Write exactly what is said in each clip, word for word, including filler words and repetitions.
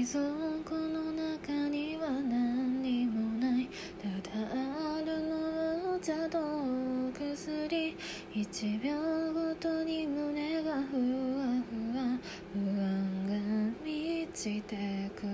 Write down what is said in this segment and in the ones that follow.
蔵庫の中には何にもない。ただあるのはお茶と薬。一秒ごとに胸がふわふわ、不安が満ちてく。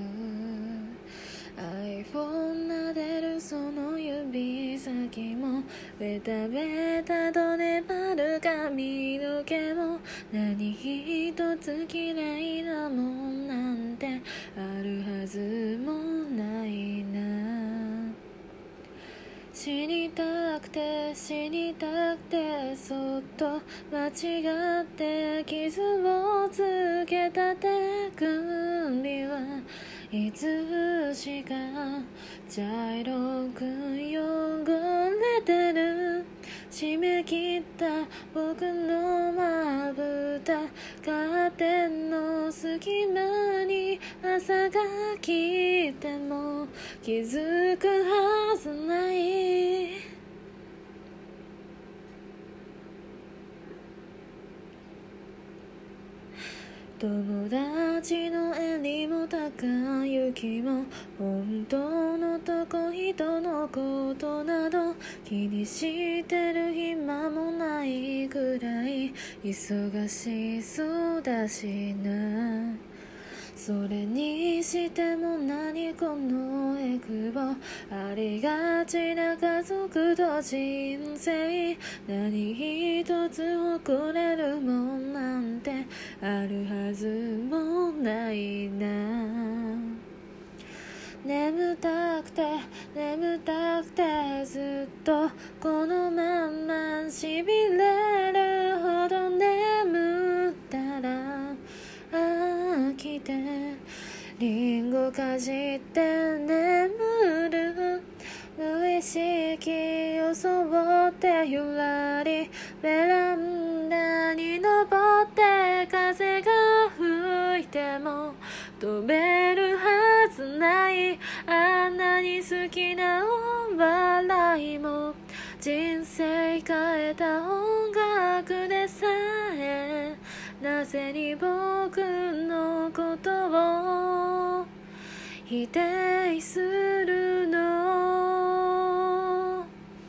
iPhone 撫でるその指先もベタベタと粘る髪の毛も何一つ嫌いなもんなんてあるはずもないな。死にたくて死にたくてそっと間違って傷をつけた手首はいつしか茶色く汚れてる。締め切った僕のまぶたカーテンの隙間に朝が来ても気づくはずない。友達の襟も高雪も本当のとこ人のことなど気にしてる暇もないくらい忙しそうだしな。それにしても何このエクボありがちな家族と人生何一つ誇れるもんなんてあるはずもないな。眠たくて眠たくてずっとこのまんましびれるほど眠ったら飽きてリンゴかじって眠る。無意識装ってゆらりベランダに登って風が吹いても飛べるはずない。あんなに好きなお笑いも人生変えた音楽でさえなぜに僕のことを否定するの。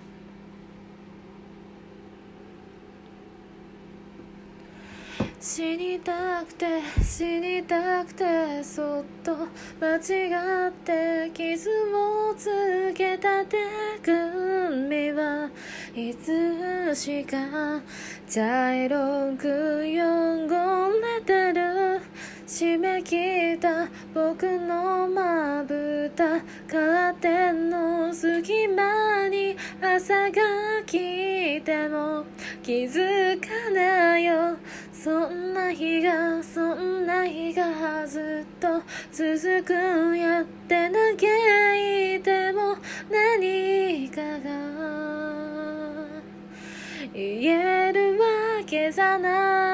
死にたくて死にたくてそっと間違って傷をつけた手首はいつしか茶色く汚れてる。締め切った僕のまぶたカーテンの隙間に朝が来ても気づかないよ。そんな日がそんな日がずっと続く。やって嘆いても何かが言えるわけじゃ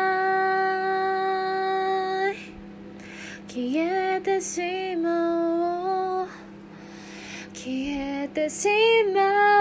ない。消えてしまおう消えてしま